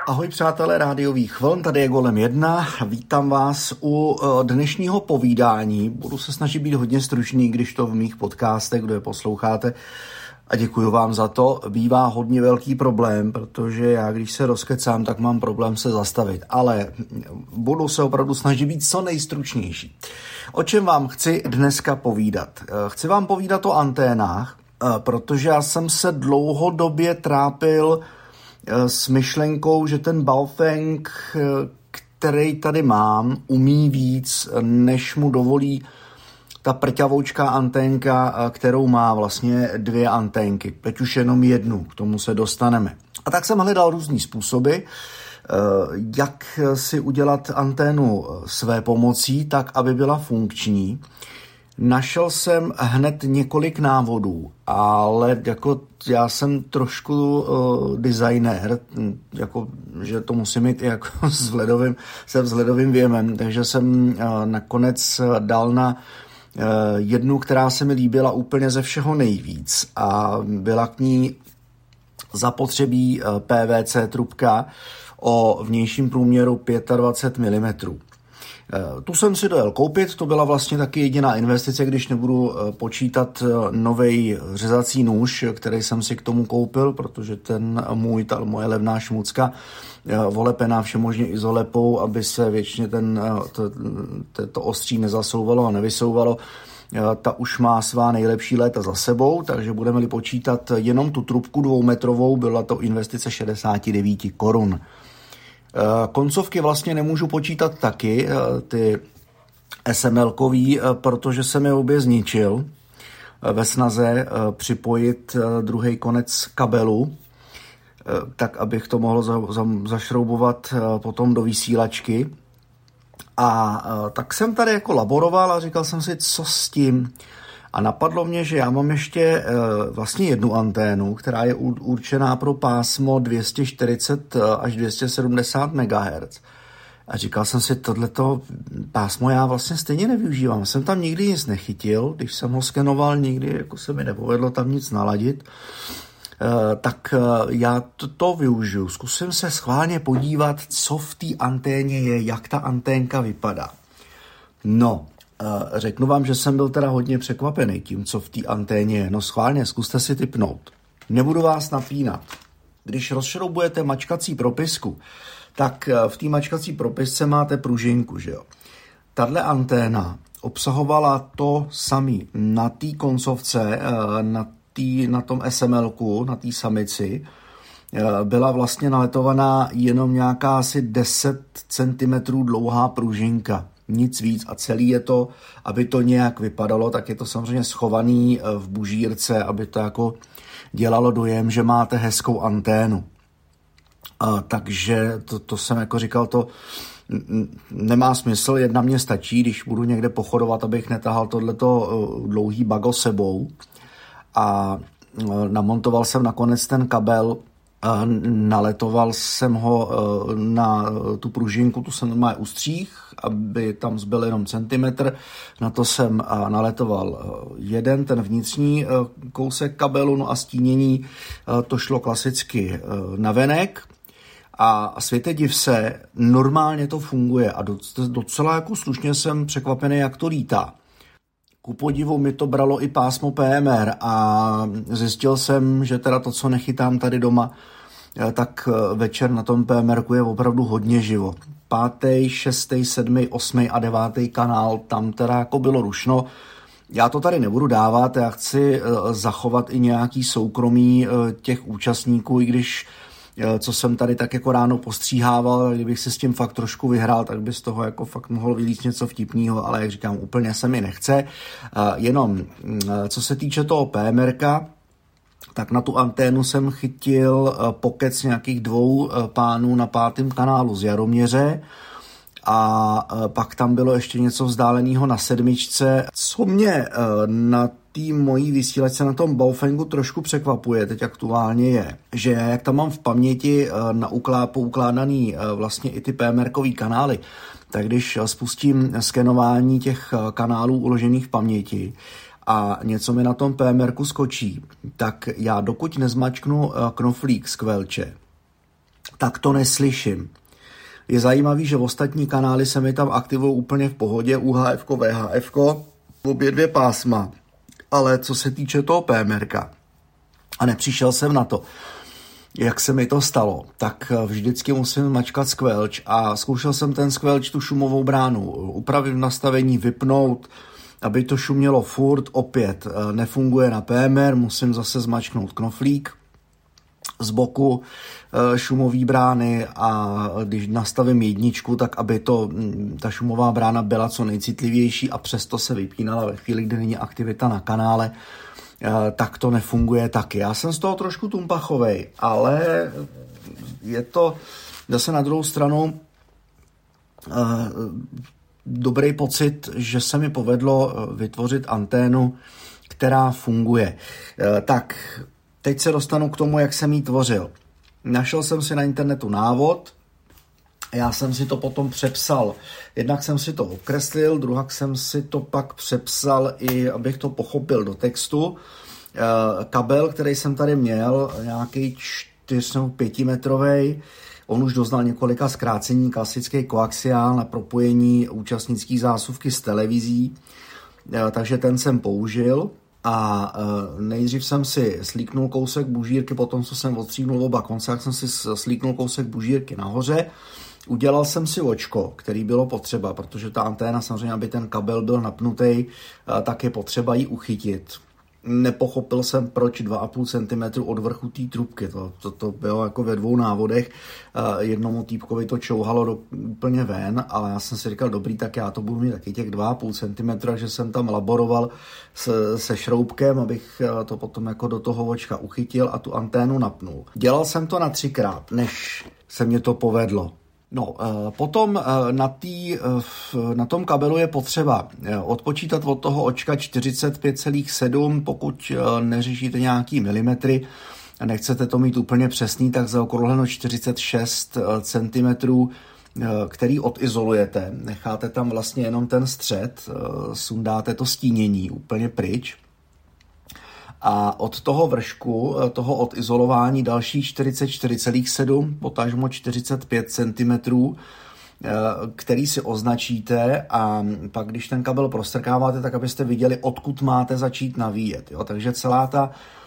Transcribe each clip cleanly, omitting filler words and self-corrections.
Ahoj přátelé rádiových vln, tady je Golem 1, vítám vás u dnešního povídání. Budu se snažit být hodně stručný, když to v mých podcastech, kdo je posloucháte, a děkuji vám za to, bývá hodně velký problém, protože já, když se rozkecám, tak mám problém se zastavit, ale budu se opravdu snažit být co nejstručnější. O čem vám chci dneska povídat? Chci vám povídat o anténách, protože já jsem se dlouhodobě trápil s myšlenkou, že ten Baofeng, který tady mám, umí víc, než mu dovolí ta prťavoučká anténka, kterou má vlastně 2 anténky. Teď už jenom jednu, k tomu se dostaneme. A tak jsem hledal různý způsoby, jak si udělat anténu své pomocí, tak, aby byla funkční. Našel jsem hned několik návodů, ale jako já jsem trošku designér, jako, že to musím mít i jako se vzhledovým věmem, takže jsem nakonec dal na jednu, která se mi líbila úplně ze všeho nejvíc a byla k ní zapotřebí PVC trubka o vnějším průměru 25 mm. Tu jsem si dojel koupit, to byla vlastně taky jediná investice, když nebudu počítat novej řezací nůž, který jsem si k tomu koupil, protože moje levná šmucka volepená všemožně izolepou, aby se většině to ostří nezasouvalo a nevysouvalo, ta už má svá nejlepší léta za sebou, takže budeme-li počítat jenom tu trubku 2metrovou, byla to investice 69 korun. Koncovky vlastně nemůžu počítat taky, ty SML-kový, protože jsem je obě zničil ve snaze připojit druhý konec kabelu, tak abych to mohl zašroubovat potom do vysílačky. A tak jsem tady jako laboroval a říkal jsem si, co s tím. A napadlo mě, že já mám ještě vlastně jednu anténu, která je určená pro pásmo 240 až 270 MHz. A říkal jsem si, tohleto pásmo já vlastně stejně nevyužívám. Jsem tam nikdy nic nechytil, když jsem ho skenoval, nikdy jako se mi nepovedlo tam nic naladit. Tak já to využiju. Zkusím se schválně podívat, co v té anténě je, jak ta anténka vypadá. No, řeknu vám, že jsem byl teda hodně překvapený tím, co v té anténě je. No schválně, zkuste si tipnout. Nebudu vás napínat. Když rozšroubujete mačkací propisku, tak v té mačkací propisce máte pružinku, že jo. Tahle anténa obsahovala to samý na té koncovce, na tom SML-ku, na té samici, byla vlastně naletovaná jenom nějaká asi 10 cm dlouhá pružinka. Nic víc a celý je to, aby to nějak vypadalo, tak je to samozřejmě schovaný v bužírce, aby to jako dělalo dojem, že máte hezkou anténu. Takže to jsem jako říkal, to nemá smysl, jedna mě stačí, když budu někde pochodovat, abych netahal tohleto dlouhý bago sebou. A namontoval jsem nakonec ten kabel, naletoval jsem ho na tu pružinku, tu jsem normálně ustřih, aby tam zbyl jenom centimetr. Na to jsem naletoval ten vnitřní kousek kabelu, no a stínění to šlo klasicky navenek. A světe div se, normálně to funguje a docela jako slušně jsem překvapený, jak to lítá. Ku podivu mi to bralo i pásmo PMR a zjistil jsem, že teda to, co nechytám tady doma, tak večer na tom PMRku je opravdu hodně živo. 5., 6., 7., 8. a 9. kanál, tam teda jako bylo rušno. Já to tady nebudu dávat, já chci zachovat i nějaký soukromí těch účastníků, i když co jsem tady tak jako ráno postříhával, kdybych si s tím fakt trošku vyhrál, tak by z toho jako fakt mohl vylít něco vtipného, ale jak říkám, úplně se mi nechce. Jenom co se týče toho PMRka, tak na tu anténu jsem chytil pokec nějakých 2 pánů na 5. kanálu z Jaroměře a pak tam bylo ještě něco vzdáleného na 7. Co mě na té mojí vysílačce na tom Baofengu trošku překvapuje, teď aktuálně je, že jak tam mám v paměti poukládaný vlastně i ty PMR-kový kanály, tak když spustím skenování těch kanálů uložených v paměti a něco mi na tom PMR-ku skočí, tak já dokud nezmačknu knoflík z kvelče, tak to neslyším. Je zajímavý, že ostatní kanály se mi tam aktivují úplně v pohodě, UHF, VHF, obě dvě pásma. Ale co se týče toho PMRka, a nepřišel jsem na to, jak se mi to stalo, tak vždycky musím mačkat squelch a zkoušel jsem ten squelch, tu šumovou bránu, upravit v nastavení, vypnout, aby to šumělo furt, opět nefunguje na PMR, musím zase zmačknout knoflík z boku šumové brány a když nastavím jedničku, tak aby ta šumová brána byla co nejcitlivější a přesto se vypínala ve chvíli, kdy není aktivita na kanále, tak to nefunguje taky. Já jsem z toho trošku tumpachovej, ale je to zase na druhou stranu dobrý pocit, že se mi povedlo vytvořit anténu, která funguje. Tak, teď se dostanu k tomu, jak jsem ji tvořil. Našel jsem si na internetu návod, já jsem si to potom přepsal. Jednak jsem si to okreslil, druhak jsem si to pak přepsal i, abych to pochopil do textu. Kabel, který jsem tady měl, nějaký 4 nebo 5 metrovej, on už doznal několika zkrácení, klasický koaxiál na propojení účastnických zásuvky s televizí, takže ten jsem použil. A nejdřív jsem si slíknul kousek bužírky, potom co jsem odstříhnul oba konce, tak jsem si slíknul kousek bužírky nahoře. Udělal jsem si očko, který bylo potřeba, protože ta anténa samozřejmě, aby ten kabel byl napnutý, tak je potřeba ji uchytit. Nepochopil jsem, proč 2,5 cm od vrchu té trubky. To bylo jako ve 2 návodech. Jednomu týpkovi to čouhalo úplně ven, ale já jsem si říkal, dobrý, tak já to budu mít taky těch 2,5 cm, že jsem tam laboroval se šroubkem, abych to potom jako do toho očka uchytil a tu anténu napnul. Dělal jsem to na 3krát, než se mě to povedlo. No, potom na tom kabelu je potřeba odpočítat od toho očka 45,7, pokud neřešíte nějaký milimetry a nechcete to mít úplně přesný, tak zaokrouhleno 46 cm, který odizolujete. Necháte tam vlastně jenom ten střed, sundáte to stínění úplně pryč. A od toho vršku, toho odizolování dalších 44,7, potažmo 45 cm, který si označíte a pak, když ten kabel prostrkáváte, tak abyste viděli, odkud máte začít navíjet. Jo? Takže celá ta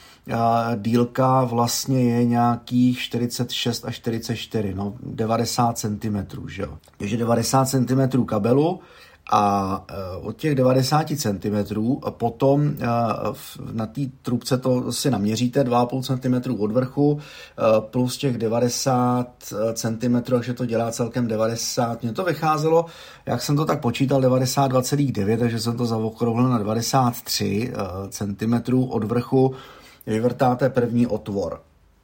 dílka vlastně je nějakých 46 až 44, 90 cm. Že jo? Takže 90 cm kabelu, a od těch 90 cm potom na té trubce to si naměříte 2,5 cm od vrchu plus těch 90 cm, takže to dělá celkem 90. Mně to vycházelo, jak jsem to tak počítal, 92,9, takže jsem to zaokrouhlil na 93 cm od vrchu. Vyvrtáte první otvor.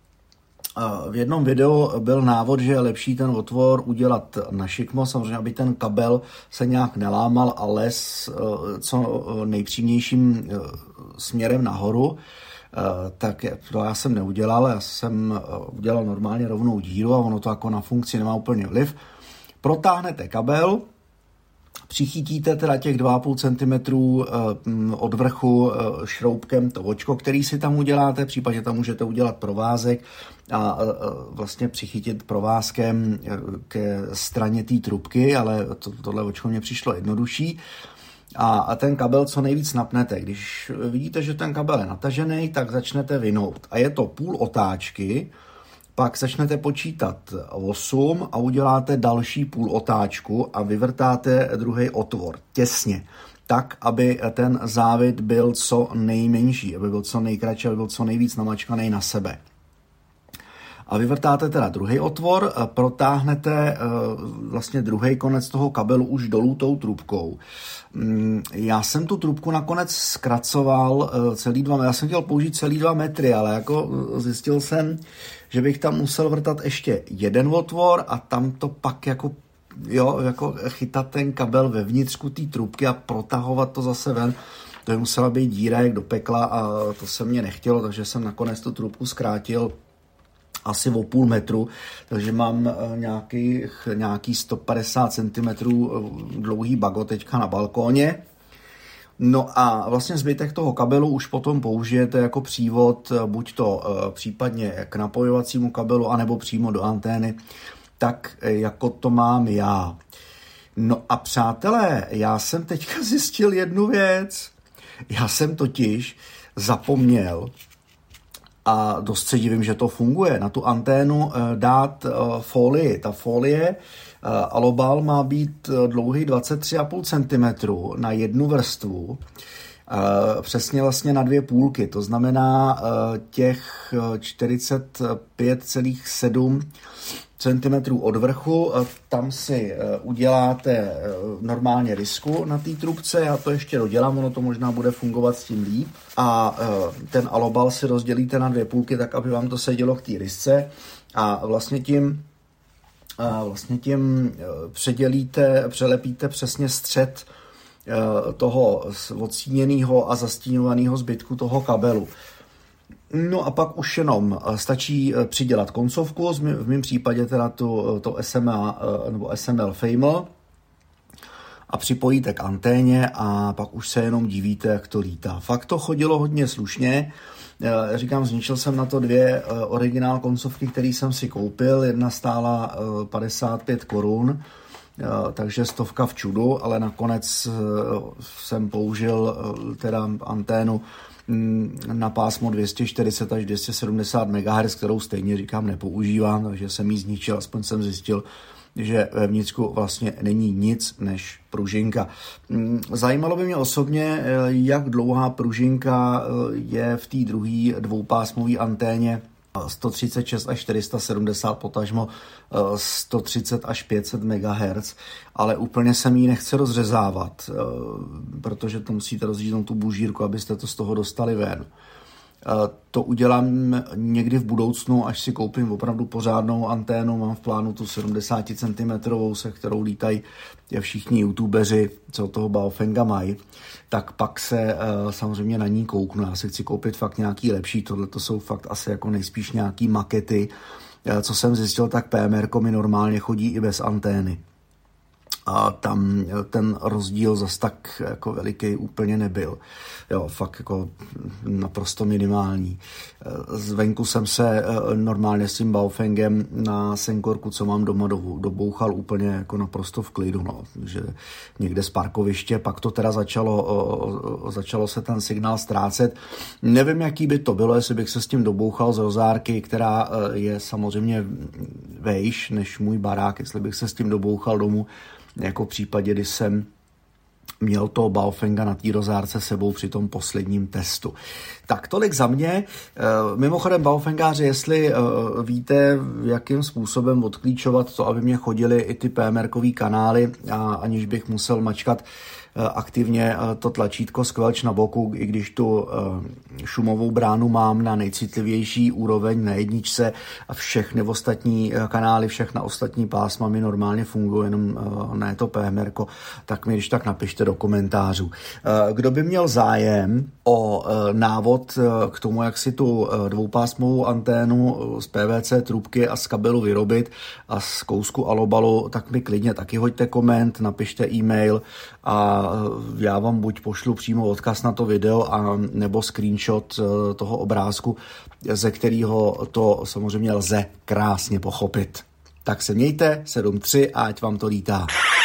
V jednom videu byl návod, že je lepší ten otvor udělat na šikmo, samozřejmě, aby ten kabel se nějak nelámal a les co nejpřímějším směrem nahoru. Tak to já jsem neudělal, já jsem udělal normálně rovnou díru a ono to jako na funkci nemá úplně vliv. Protáhnete kabel, přichytíte teda těch 2,5 cm od vrchu šroubkem to očko, který si tam uděláte, případně tam můžete udělat provázek a vlastně přichytit provázkem ke straně té trubky, ale tohle očko mě přišlo jednodušší. A ten kabel co nejvíc napnete. Když vidíte, že ten kabel je natažený, tak začnete vinout. A je to půl otáčky, pak začnete počítat 8 a uděláte další půl otáčku a vyvrtáte druhý otvor těsně, tak, aby ten závit byl co nejmenší, aby byl co nejkratší, aby byl co nejvíc namačkaný na sebe. A vyvrtáte teda druhý otvor, protáhnete vlastně druhý konec toho kabelu už dolů tou trubkou. Já jsem tu trubku nakonec zkracoval já jsem chtěl použít celý 2 metry, ale jako zjistil jsem, že bych tam musel vrtat ještě jeden otvor a tam to pak jako chytat ten kabel vevnitřku té trubky a protahovat to zase ven. To by musela být díra jak do pekla a to se mně nechtělo, takže jsem nakonec tu trubku zkrátil asi o půl metru, takže mám nějaký 150 cm dlouhý bago teďka na balkóně. No a vlastně zbytek toho kabelu už potom použijete jako přívod, buď to případně k napojovacímu kabelu, anebo přímo do antény, tak jako to mám já. No a přátelé, já jsem teďka zjistil jednu věc. Já jsem totiž zapomněl, a dost se divím, že to funguje, na tu anténu dát folii. Ta folie alobal má být dlouhý 23,5 cm na jednu vrstvu, přesně vlastně na 2 půlky, to znamená těch 45,7 cm od vrchu, tam si uděláte normálně rysku na té trubce, já to ještě dodělám, ono to možná bude fungovat s tím líp, a ten alobal si rozdělíte na 2 půlky, tak aby vám to sedělo k té rysce, a vlastně tím přelepíte přesně střed toho odstíněného a zastíňovaného zbytku toho kabelu. No a pak už jenom stačí přidělat koncovku, v mém případě teda to SMA nebo SML Famel, a připojíte k anténě a pak už se jenom divíte, jak to lítá. Fakt to chodilo hodně slušně. Říkám, zničil jsem na to 2 originál koncovky, které jsem si koupil. Jedna stála 55 korun, takže 100 v čudu, ale nakonec jsem použil teda anténu na pásmo 240 až 270 MHz, kterou stejně říkám nepoužívám, takže jsem ji zničil, aspoň jsem zjistil, že ve vnitřku vlastně není nic než pružinka. Zajímalo by mě osobně, jak dlouhá pružinka je v té druhé dvoupásmové anténě 136 až 470, potažmo 130 až 500 MHz, ale úplně se mi ji nechce rozřezávat, protože to musíte rozříznout tu bužírku, abyste to z toho dostali ven. To udělám někdy v budoucnu, až si koupím opravdu pořádnou anténu. Mám v plánu tu 70 cm, se kterou lítají všichni youtubeři, co toho Baofenga mají. Tak pak se samozřejmě na ní kouknu. Já si chci koupit fakt nějaký lepší. Tohle to jsou fakt asi jako nejspíš nějaký makety. Co jsem zjistil, tak PMR mi normálně chodí i bez antény. A tam ten rozdíl zas tak jako veliký úplně nebyl. Jo, fakt jako naprosto minimální. Zvenku jsem se normálně s tím Baofengem na Senkorku, co mám doma, dobouchal úplně jako naprosto v klidu. No. Že někde z parkoviště, pak to teda začalo se ten signál ztrácet. Nevím, jaký by to bylo, jestli bych se s tím dobouchal z rozárky, která je samozřejmě vejš než můj barák, jestli bych se s tím dobouchal domů, jako v případě, kdy jsem měl toho Baofenga na té rozárce sebou při tom posledním testu. Tak tolik za mě. Mimochodem Baofengáři, jestli víte, jakým způsobem odklíčovat to, aby mě chodily i ty PMR-kový kanály, a aniž bych musel mačkat aktivně to tlačítko squelch na boku, i když tu šumovou bránu mám na nejcitlivější úroveň na 1 a všechny ostatní kanály, všechna ostatní pásma mi normálně fungují, jenom ne to PMR-ko, tak mi když tak napište do komentářů. Kdo by měl zájem o návod k tomu, jak si tu dvoupásmovou anténu z PVC trubky a z kabelu vyrobit a z kousku alobalu, tak mi klidně taky hoďte koment, napište e-mail a já vám buď pošlu přímo odkaz na to video a nebo screenshot toho obrázku, ze kterého to samozřejmě lze krásně pochopit. Tak se mějte, 7-3 a ať vám to lítá.